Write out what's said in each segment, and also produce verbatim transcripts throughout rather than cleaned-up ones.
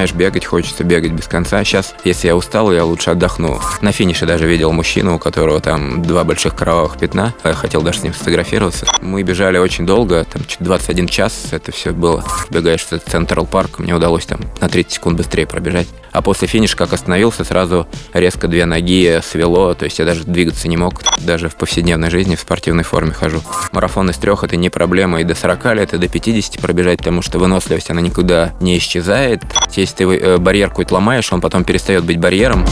начинаешь бегать, хочется бегать без конца. Сейчас, если я устал, я лучше отдохну. На финише даже видел мужчину, у которого там два больших кровавых пятна. Я хотел даже с ним сфотографироваться. Мы бежали очень долго, там двадцать один час это все было. Бегаешь в Централ Парк, мне удалось там на тридцать секунд быстрее пробежать. А после финиша, как остановился, сразу резко две ноги свело, то есть я даже двигаться не мог. Даже в повседневной жизни в спортивной форме хожу. Марафон из трех – это не проблема и до сорока лет, и до пятидесяти пробежать, потому что выносливость, она никуда не исчезает. Если ты барьер какой-то ломаешь, он потом перестает быть барьером.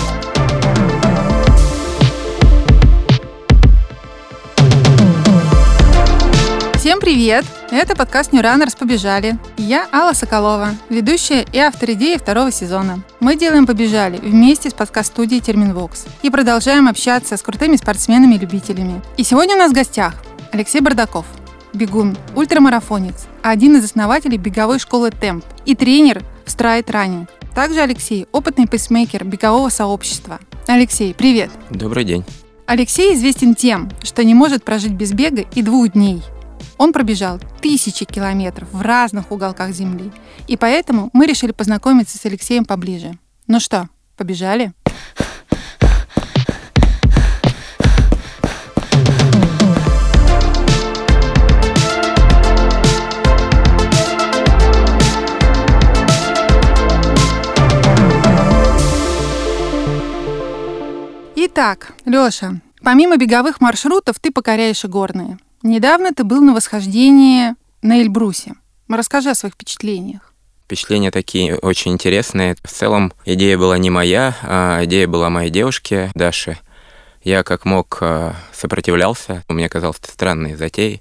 Всем привет! Это подкаст New Runners «Побежали». Я Алла Соколова, ведущая и автор идеи второго сезона. Мы делаем «Побежали» вместе с подкаст-студией Терминвокс и продолжаем общаться с крутыми спортсменами и любителями. И сегодня у нас в гостях Алексей Бардаков, бегун, ультрамарафонец, один из основателей беговой школы «Темп» и тренер в Stride Running. Также Алексей – опытный пейсмейкер бегового сообщества. Алексей, привет! Добрый день! Алексей известен тем, что не может прожить без бега и двух дней. Он пробежал тысячи километров в разных уголках Земли, и поэтому мы решили познакомиться с Алексеем поближе. Ну что, побежали? Итак, Лёша, помимо беговых маршрутов ты покоряешь и горные. Недавно ты был на восхождении на Эльбрусе. Расскажи о своих впечатлениях. Впечатления такие очень интересные. В целом идея была не моя, а идея была моей девушки Даши. Я как мог сопротивлялся. Мне казалось, это странной затеей.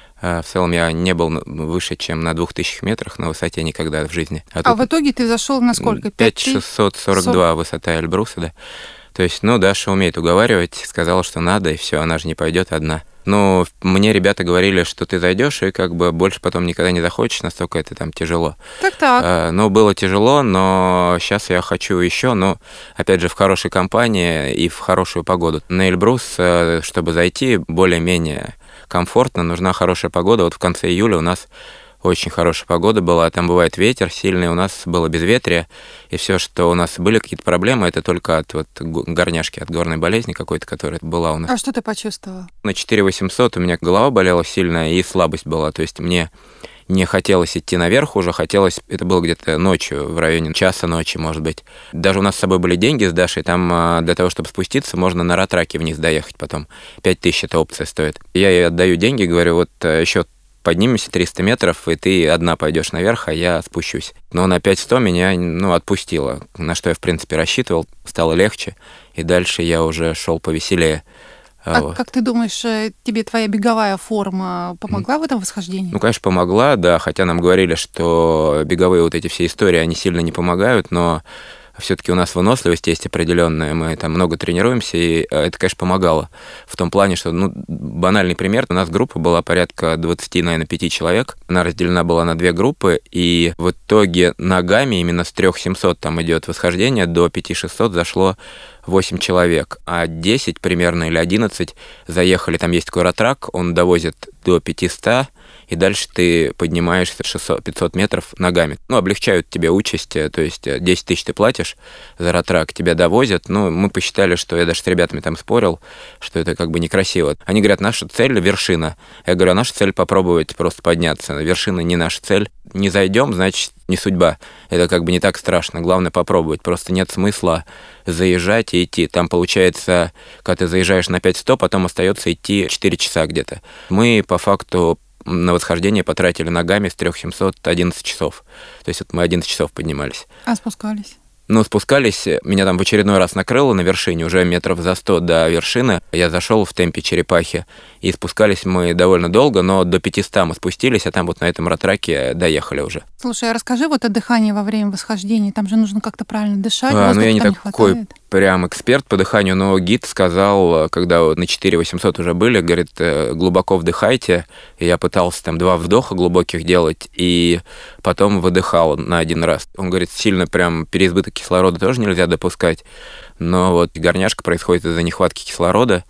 В целом я не был выше, чем на двух тысячах метрах на высоте никогда в жизни. А, а в итоге ты зашел на сколько? пять тысяч шестьсот сорок два высота Эльбруса, да. То есть, ну, Даша умеет уговаривать, сказала, что надо, и все, она же не пойдет одна. Ну, мне ребята говорили, что ты зайдешь, и как бы больше потом никогда не захочешь, настолько это там тяжело. Так-так. А, ну, было тяжело, но сейчас я хочу еще, но, опять же, в хорошей компании и в хорошую погоду. На Эльбрус, чтобы зайти более-менее комфортно, нужна хорошая погода. Вот в конце июля у нас очень хорошая погода была, там бывает ветер сильный, у нас было безветрие, и все, что у нас были какие-то проблемы, это только от вот горняшки, от горной болезни какой-то, которая была у нас. А что ты почувствовал? На четыре тысячи восемьсот у меня голова болела сильно и слабость была, то есть мне не хотелось идти наверх уже, хотелось, это было где-то ночью, в районе часа ночи, может быть. Даже у нас с собой были деньги с Дашей, там для того, чтобы спуститься, можно на ратраке вниз доехать потом, пять тысяч эта опция стоит. Я ей отдаю деньги, говорю, вот еще поднимемся триста метров, и ты одна пойдешь наверх, а я спущусь. Но на пять сто меня, ну, отпустило, на что я, в принципе, рассчитывал, стало легче, и дальше я уже шел повеселее. А вот. Как ты думаешь, тебе твоя беговая форма помогла в этом восхождении? Ну, конечно, помогла, да, хотя нам говорили, что беговые вот эти все истории, они сильно не помогают, но все-таки у нас выносливость есть определенная, мы там много тренируемся, и это, конечно, помогало. В том плане, что, ну, банальный пример, у нас группа была порядка двадцать, наверное, пять человек, она разделена была на две группы, и в итоге ногами именно с трех тысяч семисот там идет восхождение, до пять тысяч шестисот зашло восемь человек, а десять примерно или одиннадцать заехали, там есть такой ратрак, он довозит до пятисот, и дальше ты поднимаешься шестьсот-пятьсот метров ногами. Ну, облегчают тебе участь, то есть десять тысяч ты платишь за ратрак, тебя довозят. Ну, мы посчитали, что я даже с ребятами там спорил, что это как бы некрасиво. Они говорят, наша цель — вершина. Я говорю, а наша цель — попробовать просто подняться. Вершина не наша цель. Не зайдем, значит, не судьба. Это как бы не так страшно. Главное попробовать. Просто нет смысла заезжать и идти. Там получается, когда ты заезжаешь на пять сто, потом остается идти четыре часа где-то. Мы по факту на восхождение потратили ногами с трех тысяч семисот одиннадцать часов. То есть вот мы одиннадцать часов поднимались. А спускались? Ну, спускались, меня там в очередной раз накрыло на вершине, уже метров за сто до вершины. Я зашел в темпе черепахи, и спускались мы довольно долго, но до пятисот мы спустились, а там вот на этом ратраке доехали уже. Слушай, а расскажи вот о дыхании во время восхождения, там же нужно как-то правильно дышать, а, ну, я не такой не прям эксперт по дыханию, но гид сказал, когда вот на четыре тысячи восемьсот уже были, говорит, глубоко вдыхайте, и я пытался там два вдоха глубоких делать, и потом выдыхал на один раз. Он говорит, сильно прям переизбыток кислорода тоже нельзя допускать, но вот горняшка происходит из-за нехватки кислорода,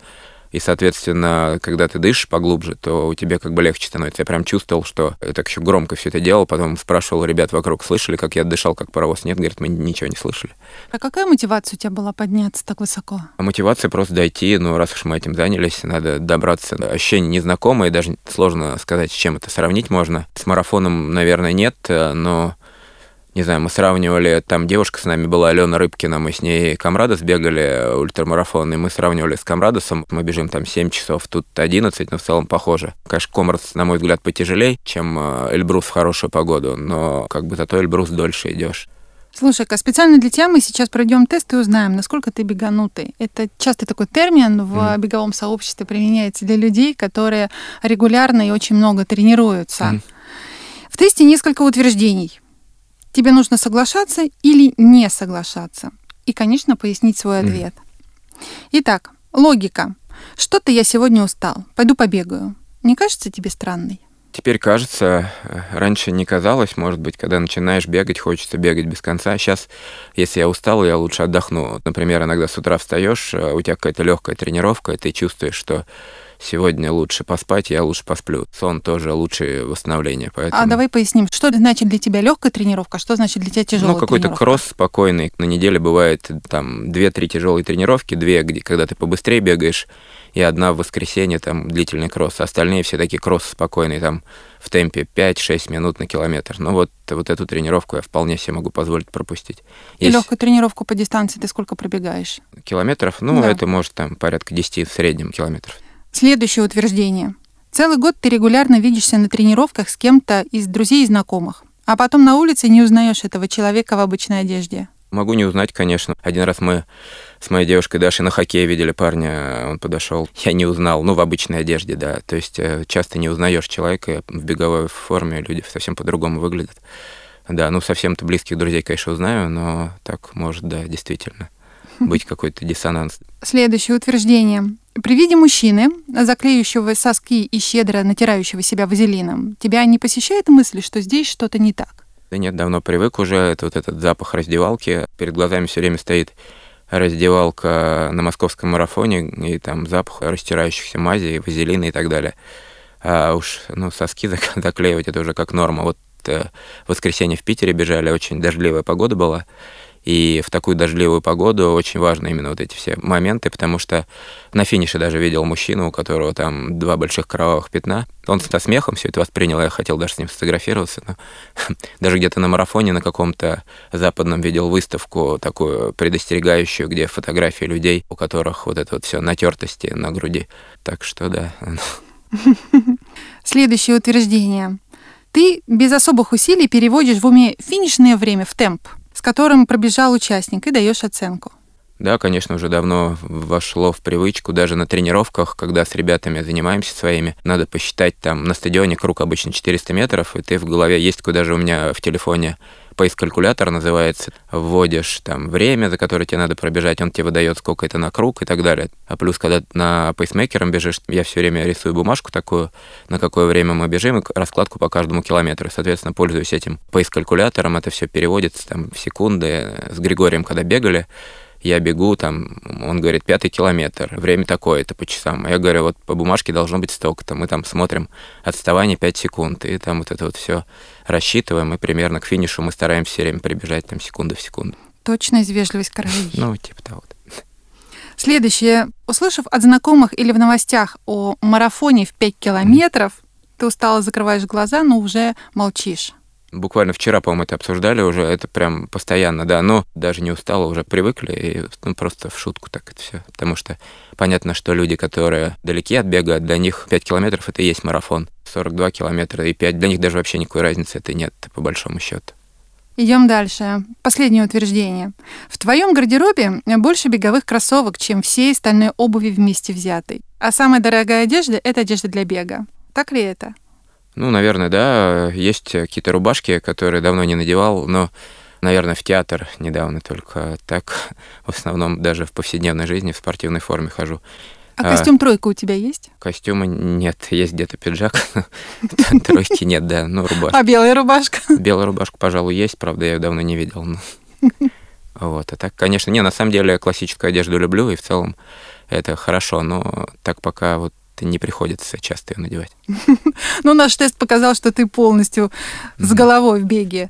И, соответственно, когда ты дышишь поглубже, то у тебя как бы легче становится. Я прям чувствовал, что я так еще громко все это делал, потом спрашивал ребят вокруг, слышали, как я дышал, как паровоз? Нет, говорят, мы ничего не слышали. А какая мотивация у тебя была подняться так высоко? А мотивация просто дойти, ну, раз уж мы этим занялись, надо добраться. Ощущение незнакомое, даже сложно сказать, с чем это сравнить можно. С марафоном, наверное, нет, но... Не знаю, мы сравнивали, там девушка с нами была, Алена Рыбкина, мы с ней Камрадос бегали, ультрамарафон, и мы сравнивали с Камрадосом, мы бежим там семь часов, тут одиннадцать, но в целом похоже. Конечно, Комрадос, на мой взгляд, потяжелее, чем Эльбрус в хорошую погоду, но как бы зато Эльбрус дольше идешь. Слушай-ка, специально для тебя мы сейчас пройдем тест и узнаем, насколько ты беганутый. Это часто такой термин в mm. беговом сообществе применяется для людей, которые регулярно и очень много тренируются. Mm. В тесте несколько утверждений. Тебе нужно соглашаться или не соглашаться. И, конечно, пояснить свой ответ. Mm. Итак, логика. Что-то я сегодня устал. Пойду побегаю. Не кажется тебе странной? Теперь кажется. Раньше не казалось, может быть, когда начинаешь бегать, хочется бегать без конца. Сейчас, если я устал, я лучше отдохну. Например, иногда с утра встаешь, у тебя какая-то легкая тренировка, и ты чувствуешь, что сегодня лучше поспать, я лучше посплю. Сон тоже лучшее восстановление. Поэтому... А давай поясним, что значит для тебя легкая тренировка, что значит для тебя тяжелая тренировка? Ну, какой-то тренировка? кросс спокойный. На неделе бывает там две-три тяжелые тренировки, две, где, когда ты побыстрее бегаешь, и одна в воскресенье, там, длительный кросс. Остальные все такие кроссы спокойные, там, в темпе пять-шесть минут на километр. Ну, вот, вот эту тренировку я вполне себе могу позволить пропустить. И Есть... легкую тренировку по дистанции ты сколько пробегаешь? Километров? Ну, да. это может там порядка десять в среднем километров. Следующее утверждение. Целый год ты регулярно видишься на тренировках с кем-то из друзей и знакомых, а потом на улице не узнаешь этого человека в обычной одежде. Могу не узнать, конечно. Один раз мы с моей девушкой Дашей на хоккее видели парня, он подошел, я не узнал, ну, в обычной одежде, да. То есть часто не узнаешь человека в беговой форме, люди совсем по-другому выглядят. Да, ну, совсем-то близких друзей, конечно, узнаю, но так может, да, действительно быть какой-то диссонанс. Следующее утверждение. При виде мужчины, заклеивающего соски и щедро натирающего себя вазелином, тебя не посещает мысль, что здесь что-то не так? Да нет, давно привык уже. Это вот этот запах раздевалки. Перед глазами все время стоит раздевалка на московском марафоне, и там запах растирающихся мазей, вазелина и так далее. А уж ну, соски заклеивать это уже как норма. Вот э, в воскресенье в Питере бежали, очень дождливая погода была. И в такую дождливую погоду очень важны именно вот эти все моменты, потому что на финише даже видел мужчину, у которого там два больших кровавых пятна. Он со смехом все это воспринял, я хотел даже с ним сфотографироваться. Но даже где-то на марафоне на каком-то западном видел выставку такую предостерегающую, где фотографии людей, у которых вот это вот все натертости на груди. Так что да. Следующее утверждение. Ты без особых усилий переводишь в уме финишное время в темп, с которым пробежал участник, и даешь оценку. Да, конечно, уже давно вошло в привычку, даже на тренировках, когда с ребятами занимаемся своими, надо посчитать там на стадионе круг обычно четыреста метров, и ты в голове, есть куда же у меня в телефоне пейс-калькулятор называется, вводишь там время, за которое тебе надо пробежать, он тебе выдает, сколько это на круг и так далее. А плюс, когда на пейсмейкером бежишь, я все время рисую бумажку такую, на какое время мы бежим, и раскладку по каждому километру. Соответственно, пользуюсь этим пейс-калькулятором, это все переводится там в секунды. С Григорием, когда бегали, я бегу, там, он говорит, пятый километр, время такое-то по часам. А я говорю, вот по бумажке должно быть столько-то. Мы там смотрим отставание пять секунд, и там вот это вот все рассчитываем, и примерно к финишу мы стараемся все время прибежать там секунду в секунду. Точно из вежливости крови. Ну, типа того. Следующее. Услышав от знакомых или в новостях о марафоне в пять километров, mm-hmm. ты устало закрываешь глаза, но уже молчишь. Буквально вчера, по-моему, это обсуждали уже, это прям постоянно, да, но даже не устало, уже привыкли, и ну, просто в шутку так это все. Потому что понятно, что люди, которые далеки от бега, для них пять километров это и есть марафон. сорок два километра и пять, для них даже вообще никакой разницы это нет, по большому счету. Идем дальше. Последнее утверждение. В твоем гардеробе больше беговых кроссовок, чем всей остальной обуви вместе взятой. А самая дорогая одежда — это одежда для бега. Так ли это? Ну, наверное, да. Есть какие-то рубашки, которые давно не надевал, но, наверное, в театр недавно только так. В основном даже в повседневной жизни в спортивной форме хожу. А, а костюм тройка у тебя есть? Костюма нет. Есть где-то пиджак. Тройки нет, да. Ну, рубашка. А белая рубашка? Белая рубашка, пожалуй, есть. Правда, я ее давно не видел. Вот. А так, конечно, не, на самом деле классическую одежду люблю, и в целом это хорошо, но так пока вот не приходится часто ее надевать. Ну, наш тест показал, что ты полностью с головой в беге.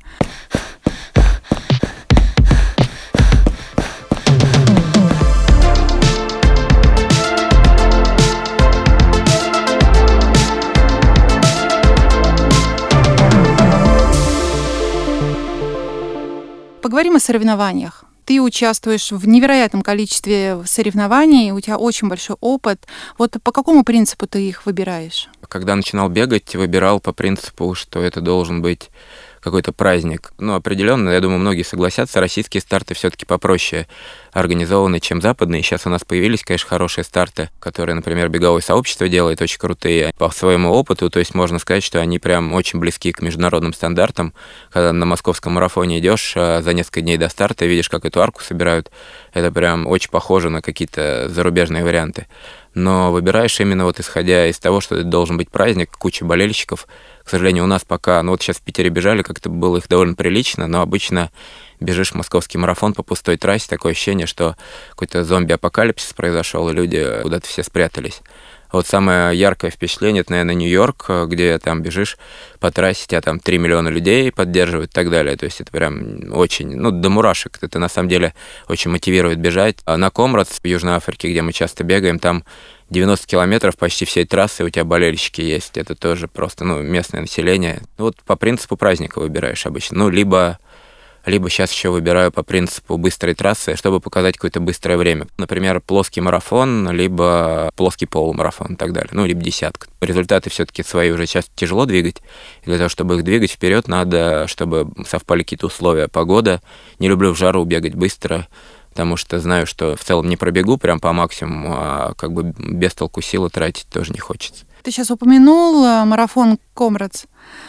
Поговорим о соревнованиях. Ты участвуешь в невероятном количестве соревнований, у тебя очень большой опыт. Вот по какому принципу ты их выбираешь? Когда начинал бегать, выбирал по принципу, что это должен быть какой-то праздник. Ну, определенно, я думаю, многие согласятся, российские старты все-таки попроще организованы, чем западные. Сейчас у нас появились, конечно, хорошие старты, которые, например, беговое сообщество делает, очень крутые по своему опыту. То есть можно сказать, что они прям очень близки к международным стандартам. Когда на московском марафоне идешь за несколько дней до старта, видишь, как эту арку собирают, это прям очень похоже на какие-то зарубежные варианты. Но выбираешь именно вот исходя из того, что это должен быть праздник, куча болельщиков. К сожалению, у нас пока, ну вот сейчас в Питере бежали, как-то было их довольно прилично, но обычно бежишь московский марафон по пустой трассе, такое ощущение, что какой-то зомби-апокалипсис произошел, и люди куда-то все спрятались. Вот самое яркое впечатление, это, наверное, Нью-Йорк, где там бежишь по трассе, тебя там три миллиона людей поддерживают и так далее. То есть это прям очень, ну, до мурашек. Это на самом деле очень мотивирует бежать. А на Комрадс в Южной Африке, где мы часто бегаем, там девяносто километров почти всей трассы у тебя болельщики есть. Это тоже просто, ну, местное население. Вот по принципу праздника выбираешь обычно. Ну, либо... Либо сейчас еще выбираю по принципу быстрой трассы, чтобы показать какое-то быстрое время. Например, плоский марафон, либо плоский полумарафон и так далее. Ну, либо десятка. Результаты все-таки свои уже сейчас тяжело двигать. И для того, чтобы их двигать вперед, надо, чтобы совпали какие-то условия. Погода. Не люблю в жару бегать быстро, потому что знаю, что в целом не пробегу прям по максимуму, а как бы без толку силы тратить тоже не хочется. Ты сейчас упомянул марафон Комрадс.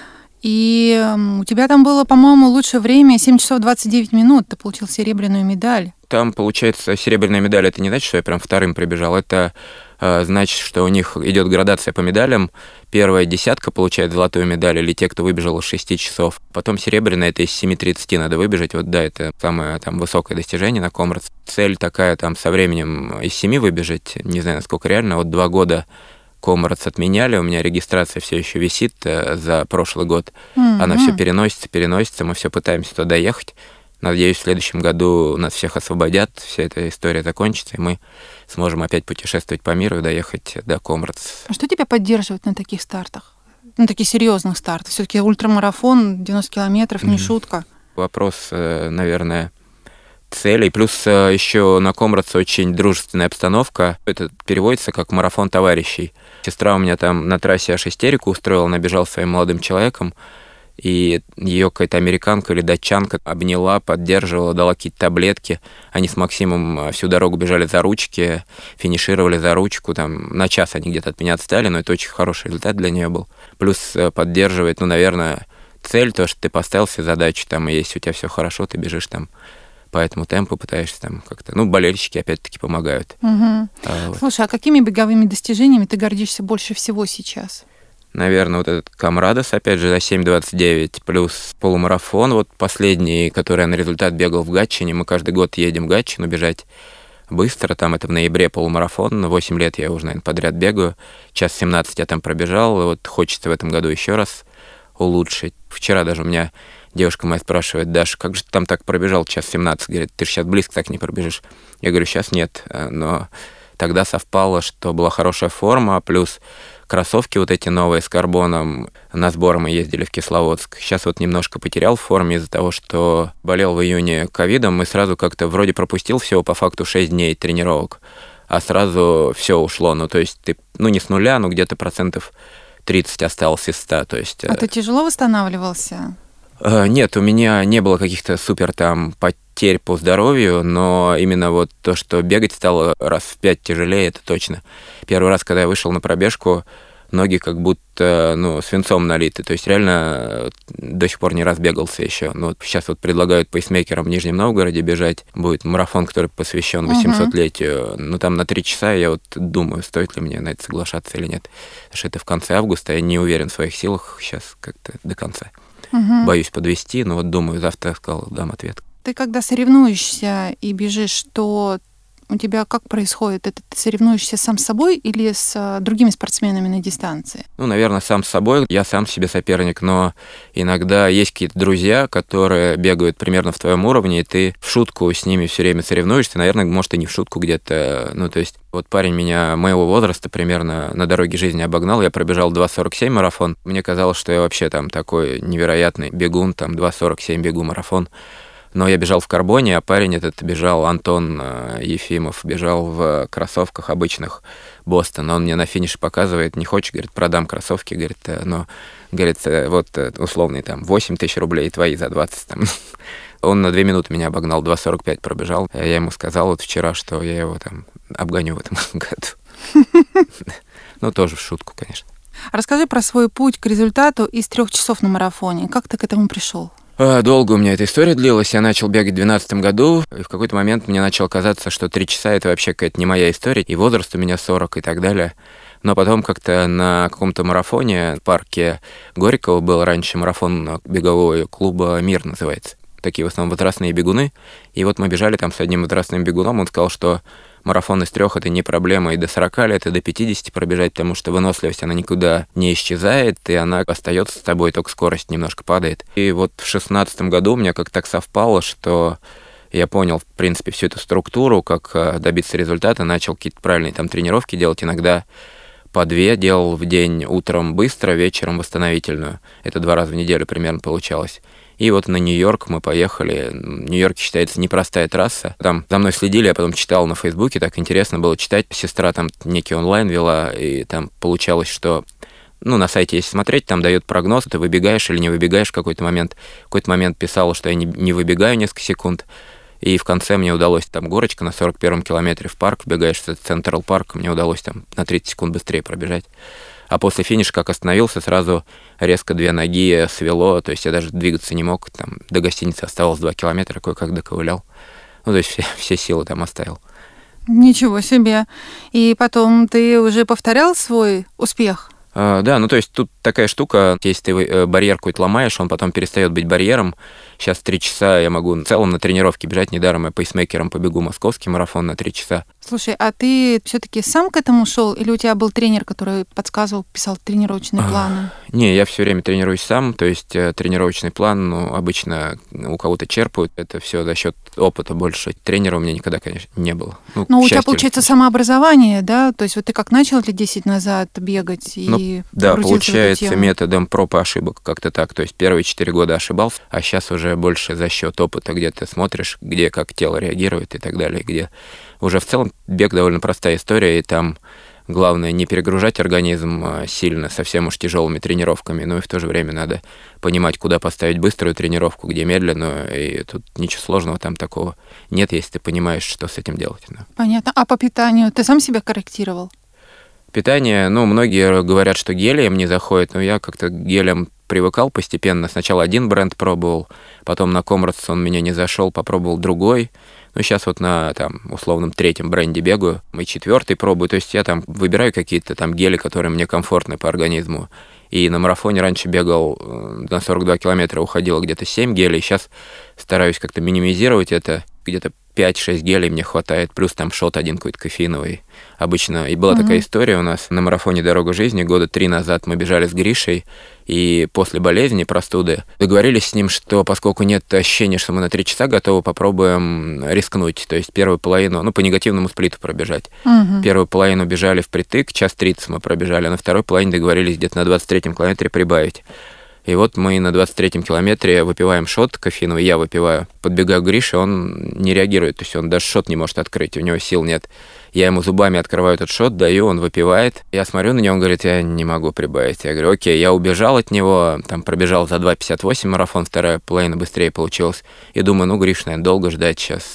И у тебя там было, по-моему, лучшее время семь часов двадцать девять минут. Ты получил серебряную медаль. Там, получается, серебряная медаль. Это не значит, что я прям вторым прибежал. Это э, значит, что у них идет градация по медалям. Первая десятка получает золотую медаль, или те, кто выбежал из шести часов. Потом серебряная, это из семи тридцати надо выбежать. Вот да, это самое там высокое достижение на Комрадс. Цель такая там со временем из семи выбежать. Не знаю, насколько реально. Вот два года Комрадс отменяли, у меня регистрация все еще висит э, за прошлый год. Mm-hmm. Она все переносится, переносится, мы все пытаемся туда ехать. Надеюсь, в следующем году нас всех освободят, вся эта история закончится, и мы сможем опять путешествовать по миру и доехать до Комрадс. А что тебя поддерживает на таких стартах? На таких серьезных стартах? Все-таки ультрамарафон, девяносто километров, не mm-hmm. шутка. Вопрос, э, наверное, целей. Плюс еще на Комрадс очень дружественная обстановка. Это переводится как марафон товарищей. Сестра у меня там на трассе аж истерику устроила, она бежала своим молодым человеком, и ее какая-то американка или датчанка обняла, поддерживала, дала какие-то таблетки. Они с Максимом всю дорогу бежали за ручки, финишировали за ручку. Там на час они где-то от меня отстали, но это очень хороший результат для нее был. Плюс поддерживает, ну, наверное, цель, то, что ты поставил себе задачу, там, и если у тебя все хорошо, ты бежишь там по этому темпу, пытаешься там как-то... Ну, болельщики опять-таки помогают. Угу. А, вот. Слушай, а какими беговыми достижениями ты гордишься больше всего сейчас? Наверное, вот этот Комрадос, опять же, за семь двадцать девять, плюс полумарафон, вот последний, который я на результат бегал в Гатчине. Мы каждый год едем в Гатчину бежать быстро, там это в ноябре полумарафон, восемь лет я уже, наверное, подряд бегаю, час семнадцать я там пробежал, и вот хочется в этом году еще раз улучшить. Вчера даже у меня девушка моя спрашивает: Даша, как же ты там так пробежал час семнадцать? Говорит, ты же сейчас близко так не пробежишь. Я говорю, сейчас нет, но тогда совпало, что была хорошая форма, плюс кроссовки вот эти новые с карбоном. На сбор мы ездили в Кисловодск. Сейчас вот немножко потерял в форме из-за того, что болел в июне ковидом и сразу как-то вроде пропустил всего по факту шесть дней тренировок, а сразу все ушло. Ну, то есть ты, ну, не с нуля, но где-то процентов тридцать осталось из ста. То есть, а ты тяжело восстанавливался? Нет, у меня не было каких-то супер там потерь по здоровью, но именно вот то, что бегать стало раз в пять тяжелее, это точно. Первый раз, когда я вышел на пробежку, ноги как будто, ну, свинцом налиты. То есть реально до сих пор не разбегался еще. Ну, вот сейчас вот предлагают пейсмейкерам в Нижнем Новгороде бежать. Будет марафон, который посвящен восьмисотлетию. Uh-huh. Ну, там на три часа я вот думаю, стоит ли мне на это соглашаться или нет. Потому что это в конце августа, я не уверен в своих силах сейчас как-то до конца. Угу. Боюсь подвести, но вот думаю, завтра, сказал, дам ответ. Ты когда соревнуешься и бежишь, то у тебя как происходит это? Ты соревнуешься сам с собой или с другими спортсменами на дистанции? Ну, наверное, сам с собой. Я сам себе соперник, но иногда есть какие-то друзья, которые бегают примерно в твоем уровне, и ты в шутку с ними все время соревнуешься. Наверное, может, и не в шутку где-то. Ну, то есть, вот парень меня, моего возраста примерно на дороге жизни обогнал. Я пробежал два сорок семь марафон. Мне казалось, что я вообще там такой невероятный бегун, там два сорок семь бегу марафон. Но я бежал в карбоне, а парень этот бежал, Антон Ефимов, бежал в кроссовках обычных Бостон. Он мне на финише показывает, не хочешь, говорит, продам кроссовки, говорит, но, говорит, вот условные там восемь тысяч рублей, твои за двадцать там. Он на две минуты меня обогнал, два сорок пять пробежал. Я ему сказал вот вчера, что я его там обгоню в этом году. Ну, тоже в шутку, конечно. Расскажи про свой путь к результату из трех часов на марафоне. Как ты к этому пришел? Долго у меня эта история длилась. Я начал бегать в две тысячи двенадцатом году, и в какой-то момент мне начало казаться, что три часа — это вообще какая-то не моя история, и возраст у меня сорок и так далее. Но потом как-то на каком-то марафоне в парке Горького был раньше марафон бегового клуба «Мир» называется. Такие в основном возрастные бегуны. И вот мы бежали там с одним возрастным бегуном, он сказал, что марафон из трех — это не проблема и до сорока лет, и до пятидесяти пробежать, потому что выносливость, она никуда не исчезает, и она остается с тобой, только скорость немножко падает. И вот в шестнадцатом году у меня как-то так совпало, что я понял, в принципе, всю эту структуру, как добиться результата, начал какие-то правильные там тренировки делать, иногда по две делал в день, утром быстро, вечером восстановительную. Это два раза в неделю примерно получалось. И вот на Нью-Йорк мы поехали. Нью-Йорк считается непростая трасса. Там за мной следили, я потом читал на Фейсбуке, так интересно было читать. Сестра там некий онлайн вела, и там получалось, что ну, на сайте, если смотреть, там дает прогноз, ты выбегаешь или не выбегаешь в какой-то момент. В какой-то момент писала, что я не, не выбегаю несколько секунд. И в конце мне удалось, там горочка на сорок первом километре в парк, вбегаешь в Централ Парк, мне удалось там на тридцать секунд быстрее пробежать. А после финиша, как остановился, сразу резко две ноги свело, то есть я даже двигаться не мог, там до гостиницы оставалось два километра, кое-как доковылял. Ну, то есть все, все силы там оставил. Ничего себе. И потом ты уже повторял свой успех? А, да, ну то есть тут такая штука, если ты барьер какой-то ломаешь, он потом перестает быть барьером. Сейчас три часа я могу в целом на тренировке бежать, недаром я пейсмейкером побегу московский марафон на три часа. Слушай, а ты все-таки сам к этому шел, или у тебя был тренер, который подсказывал, писал тренировочные планы? Не, я все время тренируюсь сам, то есть тренировочный план, ну, обычно у кого-то черпают, это все за счет опыта больше. Тренера у меня никогда, конечно, не было. Ну, Но у тебя, получается, самообразование, да? То есть вот ты как начал лет десять назад бегать и ну, да, получается, методом проб и ошибок как-то так. То есть первые четыре года ошибался, а сейчас уже больше за счет опыта, где ты смотришь, где как тело реагирует и так далее, где уже в целом бег довольно простая история, и там главное не перегружать организм сильно, совсем уж тяжелыми тренировками, но и в то же время надо понимать, куда поставить быструю тренировку, где медленную, и тут ничего сложного там такого нет, если ты понимаешь, что с этим делать. Да. Понятно. А по питанию ты сам себя корректировал? Питание, ну, многие говорят, что гелием не заходит, но я как-то к гелям привыкал постепенно. Сначала один бренд пробовал, потом на Комрадс он меня не зашел, попробовал другой. Ну, сейчас вот на, там, условном третьем бренде бегаю, и четвертый пробую. То есть я там выбираю какие-то там гели, которые мне комфортны по организму. И на марафоне раньше бегал на сорок два километра, уходило где-то семь гелей. Сейчас стараюсь как-то минимизировать это, где-то пять-шесть гелей мне хватает, плюс там шот один какой-то кофеиновый. Обычно, и была mm-hmm. такая история у нас на марафоне «Дорога жизни», года три назад мы бежали с Гришей, и после болезни, простуды, договорились с ним, что поскольку нет ощущения, что мы на три часа готовы, попробуем рискнуть, то есть первую половину, ну, по негативному сплиту пробежать. Mm-hmm. Первую половину бежали впритык, час тридцать мы пробежали, а на второй половине договорились где-то на двадцать третьем километре прибавить. И вот мы на двадцать третьем километре выпиваем шот кофеиновый, я выпиваю. Подбегаю к Грише, он не реагирует, то есть он даже шот не может открыть, у него сил нет. Я ему зубами открываю этот шот, даю, он выпивает. Я смотрю на него, он говорит, я не могу прибавить. Я говорю, окей, я убежал от него, там пробежал за два пятьдесят восемь марафон, вторая половина быстрее получилась. И думаю, ну, Гриш, наверное, долго ждать сейчас.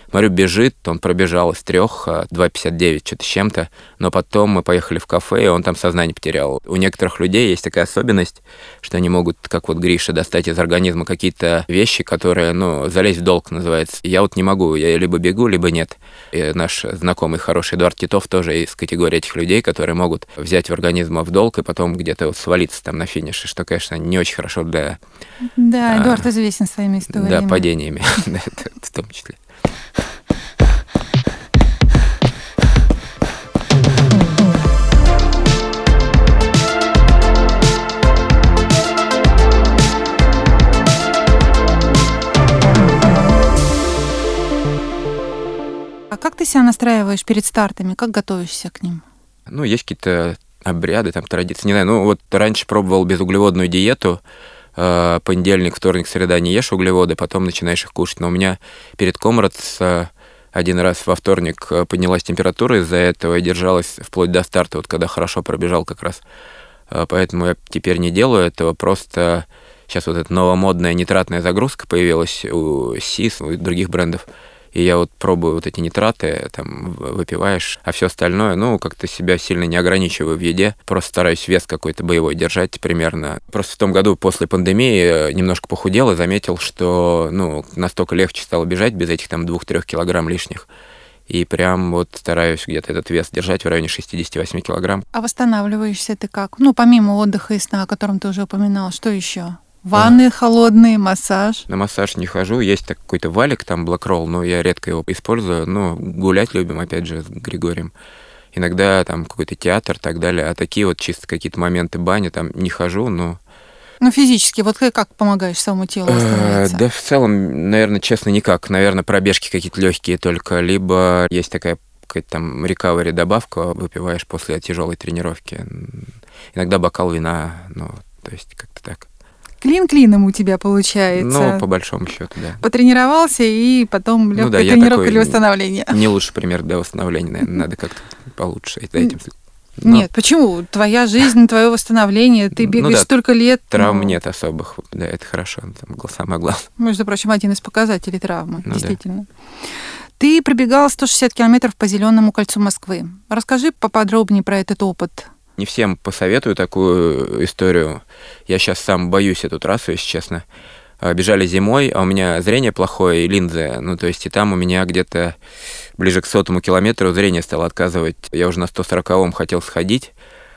Смотрю, бежит, он пробежал из трех, два пятьдесят девять, что-то с чем-то, но потом мы поехали в кафе, и он там сознание потерял. У некоторых людей есть такая особенность, что они могут, как вот Гриша, достать из организма какие-то вещи, которые, ну, залезть в долг называется. Я вот не могу, я либо бегу, либо нет. И наш знакомый хороший Эдуард Титов тоже из категории этих людей, которые могут взять в организм в долг и потом где-то вот свалиться там на финише, что, конечно, не очень хорошо для... Да, Эдуард а, известен своими историями. Да, падениями, в том числе. А как ты себя настраиваешь перед стартами? Как готовишься к ним? Ну, есть какие-то обряды, там, традиции. Не знаю, ну, вот раньше пробовал безуглеводную диету. Понедельник, вторник, среда не ешь углеводы, потом начинаешь их кушать. Но у меня перед Комрадс один раз во вторник поднялась температура из-за этого и держалась вплоть до старта, вот когда хорошо пробежал как раз. Поэтому я теперь не делаю этого, просто сейчас вот эта новомодная нитратная загрузка появилась у СИС, у других брендов. И я вот пробую вот эти нитраты, там, выпиваешь, а все остальное, ну, как-то себя сильно не ограничиваю в еде. Просто стараюсь вес какой-то боевой держать примерно. Просто в том году после пандемии немножко похудел и заметил, что, ну, настолько легче стало бежать без этих там двух-трех килограмм лишних. И прям вот стараюсь где-то этот вес держать в районе шестьдесят восемь килограмм. А восстанавливаешься ты как? Ну, помимо отдыха и сна, о котором ты уже упоминал, что еще? Ванны холодные, массаж? На массаж не хожу. Есть так, какой-то валик, там, Black Roll, но я редко его использую. Но гулять любим, опять же, с Григорием. Иногда там какой-то театр и так далее. А такие вот чисто какие-то моменты бани там не хожу, но... Ну, физически, вот ты как помогаешь своему телу восстановиться? Да, в целом, наверное, честно, никак. Наверное, пробежки какие-то легкие только. Либо есть такая какая-то там recovery добавка, выпиваешь после тяжелой тренировки. Иногда бокал вина, ну, то есть как-то так. Клин клином у тебя получается. Ну, по большому счету, да. Потренировался, и потом легкая ну, да, тренировка для восстановления. Не лучший пример для восстановления, наверное, надо как-то получше этим. Но... Нет, почему? Твоя жизнь, твое восстановление, ты бегаешь ну, да, столько лет. Травм но... нет особых, да, это хорошо, там самое главное. Между прочим, один из показателей травмы, ну, действительно. Да. Ты пробегал сто шестьдесят километров по Зеленому кольцу Москвы. Расскажи поподробнее про этот опыт. Не всем посоветую такую историю. Я сейчас сам боюсь эту трассу, если честно. Бежали зимой, а у меня зрение плохое и линзы. Ну, то есть и там у меня где-то ближе к сотому километру зрение стало отказывать. Я уже на сто сороковом хотел сходить,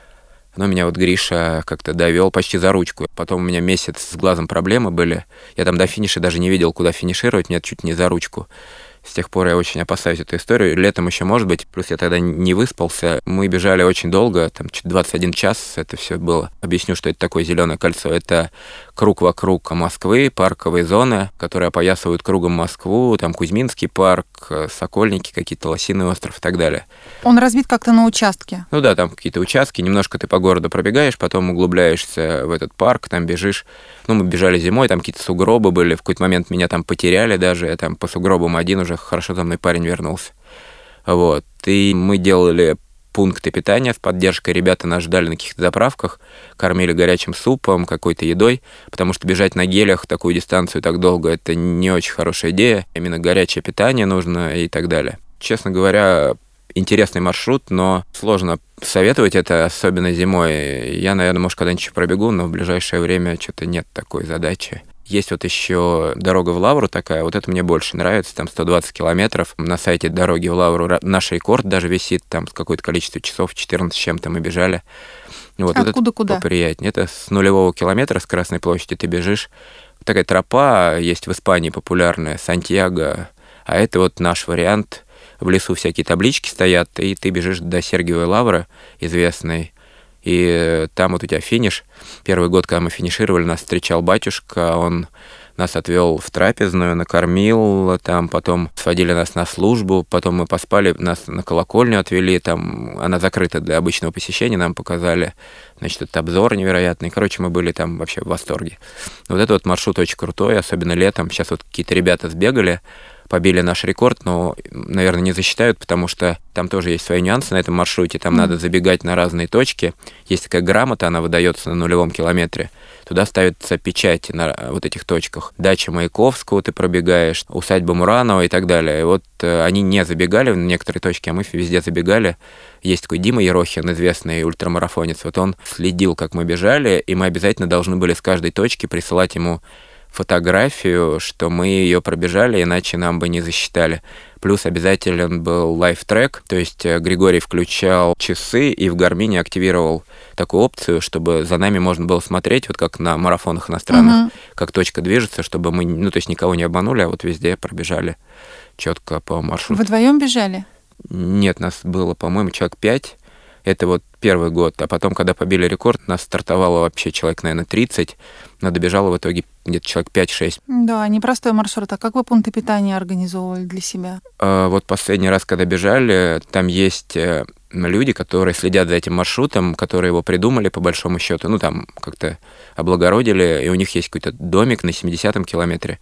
но меня вот Гриша как-то довел почти за ручку. Потом у меня месяц с глазом проблемы были. Я там до финиша даже не видел, куда финишировать, меня чуть не за ручку. С тех пор я очень опасаюсь эту историю. Летом еще может быть, плюс я тогда не выспался. Мы бежали очень долго, там двадцать один час это все было. Объясню, что это такое Зеленое кольцо. Это круг вокруг Москвы, парковые зоны, которые опоясывают кругом Москву, там Кузьминский парк, Сокольники, какие-то Лосиный остров и так далее. Он разбит как-то на участке? Ну да, там какие-то участки, немножко ты по городу пробегаешь, потом углубляешься в этот парк, там бежишь. Ну, мы бежали зимой, там какие-то сугробы были, в какой-то момент меня там потеряли даже, я там по сугробам один уже хорошо за мной парень вернулся. Вот. И мы делали пункты питания с поддержкой. Ребята нас ждали на каких-то заправках, кормили горячим супом, какой-то едой, потому что бежать на гелях такую дистанцию так долго – это не очень хорошая идея. Именно горячее питание нужно и так далее. Честно говоря, интересный маршрут, но сложно советовать это, особенно зимой. Я, наверное, может, когда-нибудь еще пробегу, но в ближайшее время что-то нет такой задачи. Есть вот еще дорога в Лавру такая, вот это мне больше нравится, там сто двадцать километров. На сайте дороги в Лавру наш рекорд даже висит, там какое-то количество часов, четырнадцать с чем-то мы бежали. Вот, Откуда вот это куда? Поприятнее. Это с нулевого километра, с Красной площади ты бежишь. Такая тропа есть в Испании популярная, Сантьяго, а это вот наш вариант. В лесу всякие таблички стоят, и ты бежишь до Сергиевой Лавры, известной. И там вот у тебя финиш. Первый год, когда мы финишировали, нас встречал батюшка, он нас отвел в трапезную, накормил, там потом сводили нас на службу, потом мы поспали, нас на колокольню отвели, там она закрыта для обычного посещения, нам показали, значит, этот обзор невероятный. Короче, мы были там вообще в восторге. Вот этот вот маршрут очень крутой, особенно летом. Сейчас вот какие-то ребята сбегали, побили наш рекорд, но, наверное, не засчитают, потому что там тоже есть свои нюансы на этом маршруте. Там mm-hmm. надо забегать на разные точки. Есть такая грамота, она выдается на нулевом километре. Туда ставится печать на вот этих точках. Дача Маяковского ты пробегаешь, усадьба Муранова и так далее. И вот э, они не забегали в некоторые точки, а мы везде забегали. Есть такой Дима Ерохин, известный ультрамарафонец. Вот он следил, как мы бежали, и мы обязательно должны были с каждой точки присылать ему фотографию, что мы ее пробежали, иначе нам бы не засчитали. Плюс обязателен был лайф-трек, то есть Григорий включал часы и в Гармине активировал такую опцию, чтобы за нами можно было смотреть, вот как на марафонах иностранных, uh-huh. как точка движется, чтобы мы, ну, то есть никого не обманули, а вот везде пробежали четко по маршруту. Вы вдвоем бежали? Нет, нас было, по-моему, человек пять. Это вот первый год. А потом, когда побили рекорд, нас стартовало вообще человек, наверное, тридцать. Но добежало в итоге где-то человек пять-шесть. Да, непростой маршрут. А как вы пункты питания организовывали для себя? А вот последний раз, когда бежали, там есть люди, которые следят за этим маршрутом, которые его придумали, по большому счету. Ну, там как-то облагородили, и у них есть какой-то домик на семидесятом километре.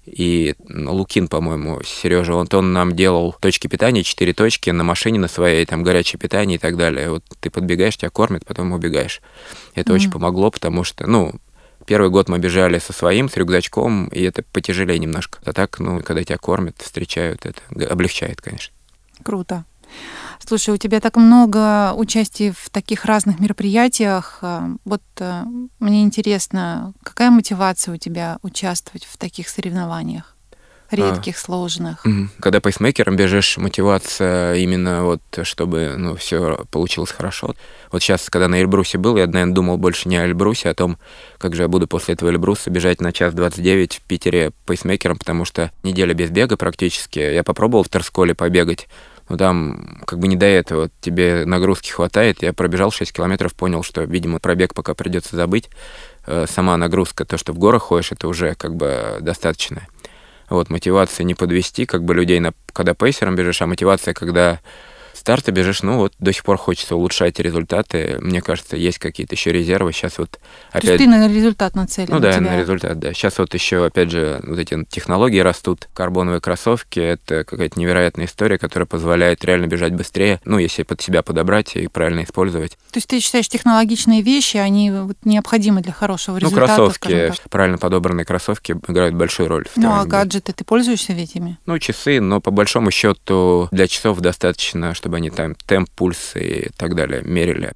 И Лукин, по-моему, Сережа, он, он нам делал точки питания, четыре точки на машине на своей, там горячее питание и так далее. Вот ты подбегаешь, тебя кормят, потом убегаешь. Это mm-hmm. очень помогло, потому что, ну, первый год мы бежали со своим, с рюкзачком, и это потяжелее немножко. А так, ну, когда тебя кормят, встречают, это облегчает, конечно. Круто. Слушай, у тебя так много участий в таких разных мероприятиях. Вот мне интересно, какая мотивация у тебя участвовать в таких соревнованиях? Редких, а, сложных. Когда пейсмейкером бежишь, мотивация именно вот, чтобы ну, все получилось хорошо. Вот сейчас, когда на Эльбрусе был, я, наверное, думал больше не о Эльбрусе, а о том, как же я буду после этого Эльбруса бежать на час двадцать девять в Питере пейсмейкером, потому что неделя без бега практически. Я попробовал в Терсколе побегать, но там как бы не до этого. Тебе нагрузки хватает. Я пробежал шесть километров, понял, что, видимо, пробег пока придется забыть. Сама нагрузка, то, что в горах ходишь, это уже как бы достаточно. Вот, мотивация не подвести, как бы людей, на, когда пейсером бежишь, а мотивация, когда старты бежишь, ну вот до сих пор хочется улучшать результаты. Мне кажется, есть какие-то еще резервы. Сейчас вот опять... То есть ты на результат нацелен? Ну да, тебя... на результат, да. Сейчас вот еще, опять же, вот эти технологии растут. Карбоновые кроссовки — это какая-то невероятная история, которая позволяет реально бежать быстрее, ну, если под себя подобрать и правильно использовать. То есть ты считаешь, технологичные вещи, они вот необходимы для хорошего результата? Ну, кроссовки, правильно подобранные кроссовки играют большую роль. В ну, а гаджеты, ты пользуешься этими? Ну, часы, но по большому счету для часов достаточно, чтобы они там темп, пульс и так далее мерили.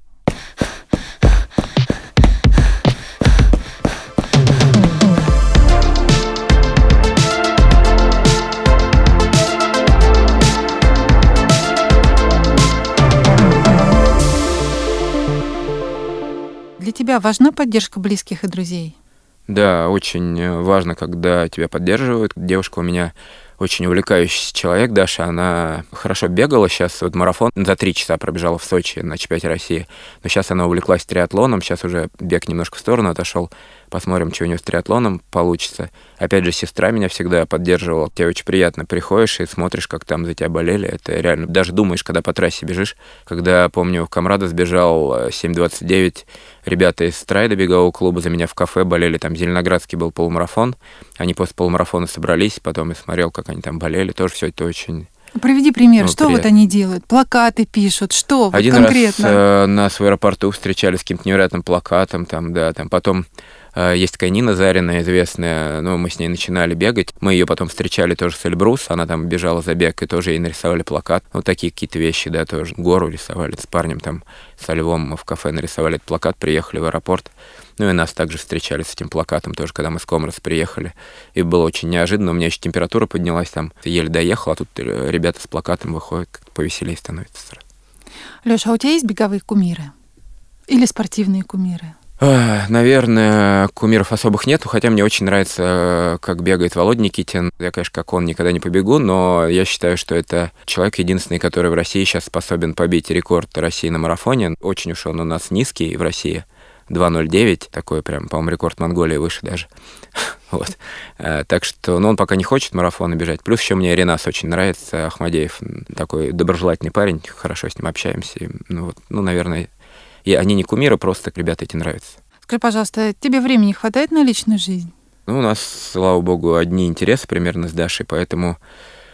Для тебя важна поддержка близких и друзей? Да, очень важно, когда тебя поддерживают. Девушка у меня очень увлекающийся человек, Даша, она хорошо бегала, сейчас вот марафон за три часа пробежала в Сочи на чемпионате России, но сейчас она увлеклась триатлоном, сейчас уже бег немножко в сторону отошел, посмотрим, что у нее с триатлоном получится. Опять же, сестра меня всегда поддерживала, тебе очень приятно, приходишь и смотришь, как там за тебя болели, это реально, даже думаешь, когда по трассе бежишь, когда, помню, в Камрадо сбежал семь двадцать девять, ребята из Страйда бегового клуба за меня в кафе болели, там Зеленоградский был полумарафон, они после полумарафона собрались, потом я смотрел, как они там болели, тоже все это очень... Приведи пример, ну, что приятно. Вот они делают? Плакаты пишут, что Один вот конкретно? раз э, нас в аэропорту встречали с каким-то невероятным плакатом, там, да, там потом э, есть такая Нина Зарина, известная, ну, мы с ней начинали бегать, мы ее потом встречали тоже с Эльбрус, она там бежала за бег, и тоже ей нарисовали плакат, вот такие какие-то вещи, да, тоже гору рисовали с парнем там, со Львом мы в кафе нарисовали этот плакат, приехали в аэропорт. Ну и нас также встречали с этим плакатом тоже, когда мы с Комрос приехали. И было очень неожиданно. У меня еще температура поднялась там. Еле доехал, а тут ребята с плакатом выходят, как-то повеселее становится сразу. Лёша, а у тебя есть беговые кумиры? Или спортивные кумиры? А, наверное, кумиров особых нету, хотя мне очень нравится, как бегает Володя Никитин. Я, конечно, как он, никогда не побегу, но я считаю, что это человек единственный, который в России сейчас способен побить рекорд России на марафоне. Очень уж он у нас низкий в России. два ноль девять, такой прям, по-моему, рекорд Монголии выше даже. Вот. Так что, ну, он пока не хочет марафоны бежать. Плюс еще мне Ренас очень нравится, Ахмадеев, такой доброжелательный парень, хорошо с ним общаемся. И, ну, вот, ну, наверное, и они не кумиры, просто ребята эти нравятся. Скажи, пожалуйста, тебе времени хватает на личную жизнь? Ну, у нас, слава богу, одни интересы примерно с Дашей, поэтому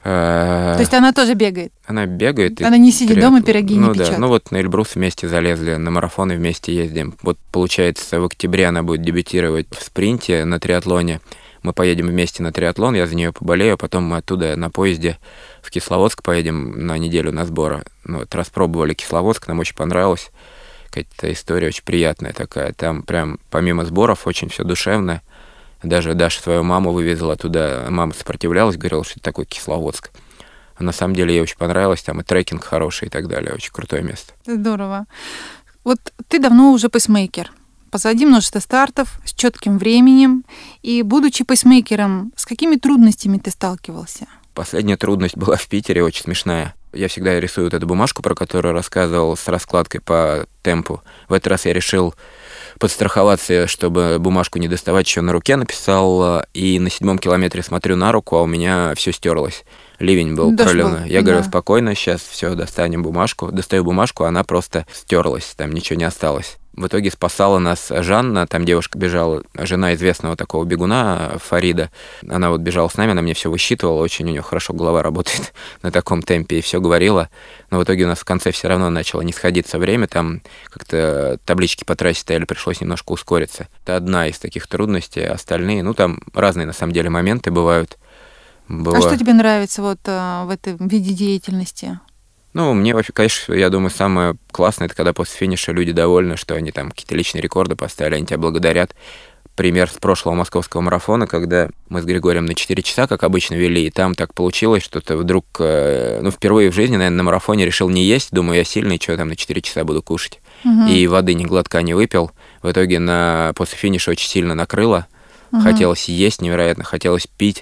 То есть она тоже бегает? Она бегает. Она не сидит дома, пироги ну, не печет? Да. Ну вот на Эльбрус вместе залезли, на марафоны вместе ездим. Вот получается, в октябре она будет дебютировать в спринте на триатлоне. Мы поедем вместе на триатлон, я за нее поболею, а потом мы оттуда на поезде в Кисловодск поедем на неделю на сборы. Ну, вот распробовали Кисловодск, нам очень понравилось. Какая-то история очень приятная такая. Там прям помимо сборов очень все душевно. Даже Даша свою маму вывезла туда. Мама сопротивлялась, говорила, что это такой Кисловодск. А на самом деле ей очень понравилось. Там и трекинг хороший и так далее. Очень крутое место. Здорово. Вот ты давно уже пейсмейкер. Позади множество стартов с четким временем. И, будучи пейсмейкером, с какими трудностями ты сталкивался? Последняя трудность была в Питере, очень смешная. Я всегда рисую вот эту бумажку, про которую рассказывал, с раскладкой по темпу. В этот раз я решил подстраховаться, чтобы бумажку не доставать, еще на руке написал. И на седьмом километре смотрю на руку, а у меня все стерлось. Ливень был проливной. Я да. говорю, спокойно, сейчас все, достанем бумажку. Достаю бумажку, она просто стерлась, там ничего не осталось. В итоге спасала нас Жанна, там девушка бежала, жена известного такого бегуна Фарида. Она вот бежала с нами, она мне все высчитывала, очень у нее хорошо голова работает на таком темпе и все говорила. Но в итоге у нас в конце все равно начало не сходиться время, там как-то таблички по трассе стояли, пришлось немножко ускориться. Это одна из таких трудностей, остальные, ну там разные на самом деле моменты бывают. Было... А что тебе нравится вот в этом виде деятельности? Ну, мне вообще, конечно, я думаю, самое классное, это когда после финиша люди довольны, что они там какие-то личные рекорды поставили, они тебя благодарят. Пример с прошлого московского марафона, когда мы с Григорием на четыре часа, как обычно, вели, и там так получилось, что ты вдруг, ну, впервые в жизни, наверное, на марафоне решил не есть, думаю, я сильный, что там на четыре часа буду кушать. Угу. И воды ни глотка не выпил. В итоге на... после финиша очень сильно накрыло, угу. хотелось есть невероятно, хотелось пить.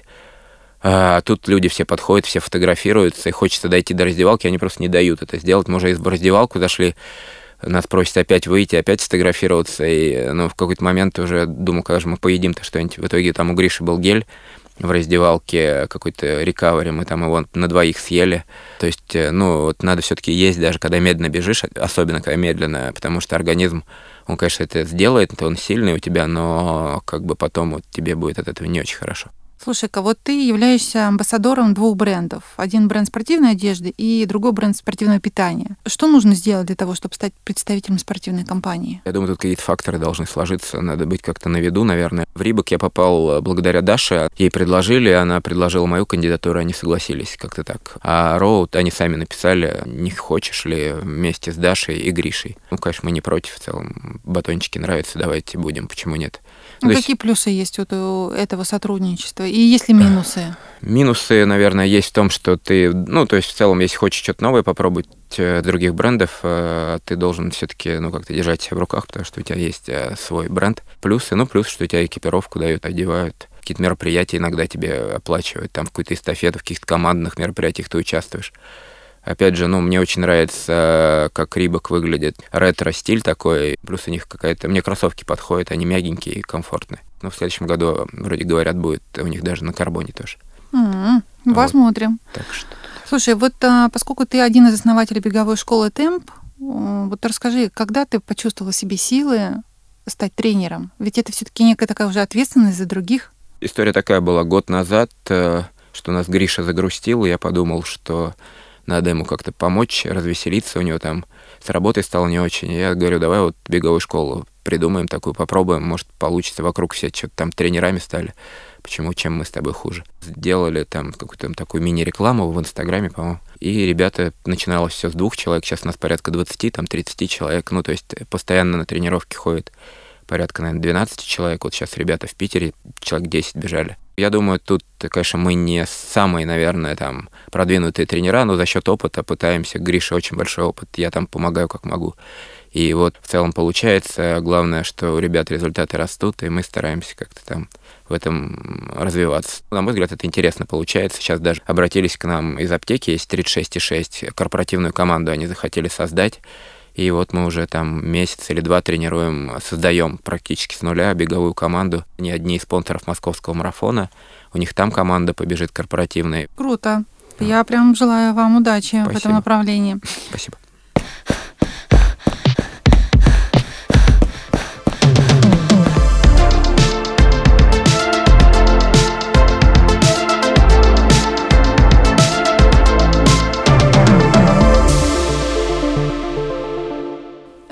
А тут люди все подходят, все фотографируются, и хочется дойти до раздевалки, они просто не дают это сделать. Мы уже в раздевалку зашли, нас просят опять выйти, опять сфотографироваться, и ну, в какой-то момент уже думал, когда же мы поедим-то что-нибудь. В итоге там у Гриши был гель в раздевалке, какой-то рекавери, мы там его на двоих съели. То есть, ну, вот надо все-таки есть, даже когда медленно бежишь, особенно когда медленно, потому что организм, он, конечно, это сделает, он сильный у тебя, но как бы потом вот тебе будет от этого не очень хорошо. Слушай-ка, вот ты являешься амбассадором двух брендов. Один бренд спортивной одежды и другой бренд спортивного питания. Что нужно сделать для того, чтобы стать представителем спортивной компании? Я думаю, тут какие-то факторы должны сложиться. Надо быть как-то на виду, наверное. В Рибок я попал благодаря Даше. Ей предложили, она предложила мою кандидатуру, они согласились как-то так. А Роуд они сами написали, не хочешь ли вместе с Дашей и Гришей. Ну, конечно, мы не против в целом. Батончики нравятся, давайте будем, почему нет? Ну, какие есть... плюсы есть вот у этого сотрудничества? И есть ли минусы? Минусы, наверное, есть в том, что ты... Ну, то есть, в целом, если хочешь что-то новое попробовать других брендов, ты должен все-таки, ну, как-то держать себя в руках, потому что у тебя есть свой бренд. Плюсы, ну, плюс, что у тебя экипировку дают, одевают. Какие-то мероприятия иногда тебе оплачивают. Там в какую-то эстафету, в каких-то командных мероприятиях ты участвуешь. Опять же, ну, мне очень нравится, как Рибок выглядит. Ретро-стиль такой. Плюс у них какая-то... Мне кроссовки подходят, они мягенькие и комфортные. Но в следующем году, вроде говорят, будет у них даже на карбоне тоже. Mm-hmm. Вот. Посмотрим. Так что... Слушай, вот а, поскольку ты один из основателей беговой школы «Темп», вот расскажи, когда ты почувствовал в себе силы стать тренером? Ведь это все-таки некая такая уже ответственность за других. История такая была год назад, что нас Гриша загрустил, и я подумал, что... Надо ему как-то помочь, развеселиться, у него там с работой стало не очень. Я говорю, давай вот беговую школу придумаем такую, попробуем, может, получится. Вокруг все что-то там тренерами стали. Почему, чем мы с тобой хуже? Сделали там какую-то там такую мини-рекламу в Инстаграме, по-моему. И ребята, начиналось все с двух человек, сейчас у нас порядка двадцати, там тридцати человек. Ну, то есть постоянно на тренировки ходит порядка, наверное, двенадцати человек. Вот сейчас ребята в Питере человек десять бежали. Я думаю, тут, конечно, мы не самые, наверное, там продвинутые тренера, но за счет опыта пытаемся. Гриша очень большой опыт, я там помогаю как могу. И вот в целом получается. Главное, что у ребят результаты растут, и мы стараемся как-то там в этом развиваться. На мой взгляд, это интересно получается. Сейчас даже обратились к нам из аптеки, есть тридцать шесть и шесть, корпоративную команду они захотели создать. И вот мы уже там месяц или два тренируем, создаем практически с нуля беговую команду. Они одни из спонсоров московского марафона. У них там команда побежит корпоративная. Круто. Я прям желаю вам удачи. Спасибо. В этом направлении. Спасибо.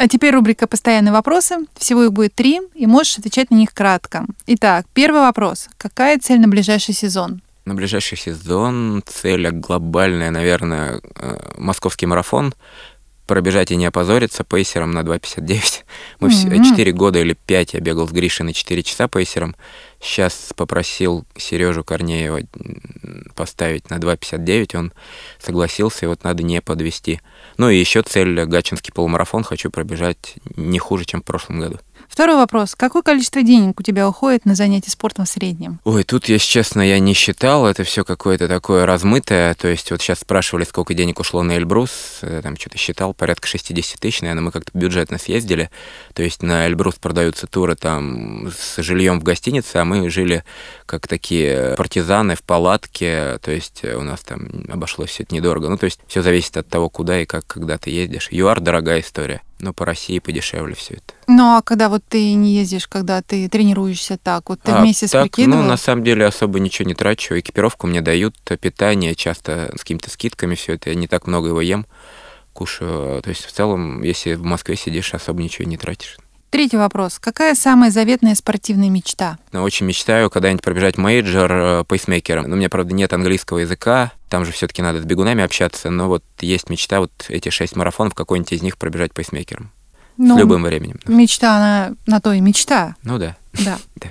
А теперь рубрика «Постоянные вопросы». Всего их будет три, и можешь отвечать на них кратко. Итак, первый вопрос. Какая цель на ближайший сезон? На ближайший сезон цель глобальная, наверное, московский марафон. Пробежать и не опозориться пейсером на два пятьдесят девять. Мы mm-hmm. четыре года или пять я бегал с Гришей на четыре часа пейсером. Сейчас попросил Сережу Корнеева поставить на два пятьдесят девять. Он согласился, и вот надо не подвести. Ну и еще цель — Гатчинский полумарафон. Хочу пробежать не хуже, чем в прошлом году. Второй вопрос. Какое количество денег у тебя уходит на занятия спортом в среднем? Ой, тут, если честно, я не считал. Это все какое-то такое размытое. То есть вот сейчас спрашивали, сколько денег ушло на Эльбрус. Я там что-то считал, порядка шестьдесят тысяч, наверное. Мы как-то бюджетно съездили. То есть на Эльбрус продаются туры там с жильем в гостинице, а мы жили как такие партизаны в палатке. То есть у нас там обошлось все это недорого. Ну, то есть все зависит от того, куда и как, когда ты ездишь. ЮАР — дорогая история. Но по России подешевле все это. Ну, а когда вот ты не ездишь, когда ты тренируешься так, вот ты а, в месяц так, прикидывал? Ну, на самом деле особо ничего не трачу. Экипировку мне дают, питание часто с какими-то скидками, все это. Я не так много его ем, кушаю. То есть в целом, если в Москве сидишь, особо ничего не тратишь. Третий вопрос. Какая самая заветная спортивная мечта? Ну, очень мечтаю когда-нибудь пробежать мейджор пейсмейкером. Но у меня, правда, нет английского языка. Там же все-таки надо с бегунами общаться. Но вот есть мечта вот эти шесть марафонов, какой-нибудь из них пробежать пейсмейкером. Ну, с любым временем. Мечта, она на то и мечта. Ну да. Да. Да.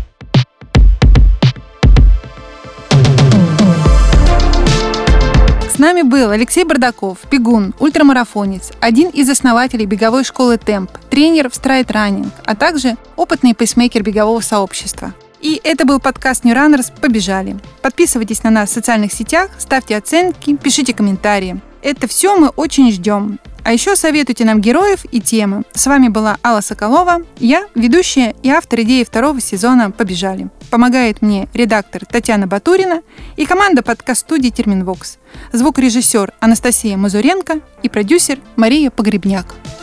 С нами был Алексей Бардаков, бегун, ультрамарафонец, один из основателей беговой школы «Темп», тренер в страйт-раннинг, а также опытный пейсмейкер бегового сообщества. И это был подкаст New Runners «Побежали». Подписывайтесь на нас в социальных сетях, ставьте оценки, пишите комментарии. Это все мы очень ждем. А еще советуйте нам героев и темы. С вами была Алла Соколова, я, ведущая и автор идеи второго сезона «Побежали». Помогает мне редактор Татьяна Батурина и команда подкаст-студии «Терминвокс». Звукорежиссер Анастасия Мазуренко и продюсер Мария Погребняк.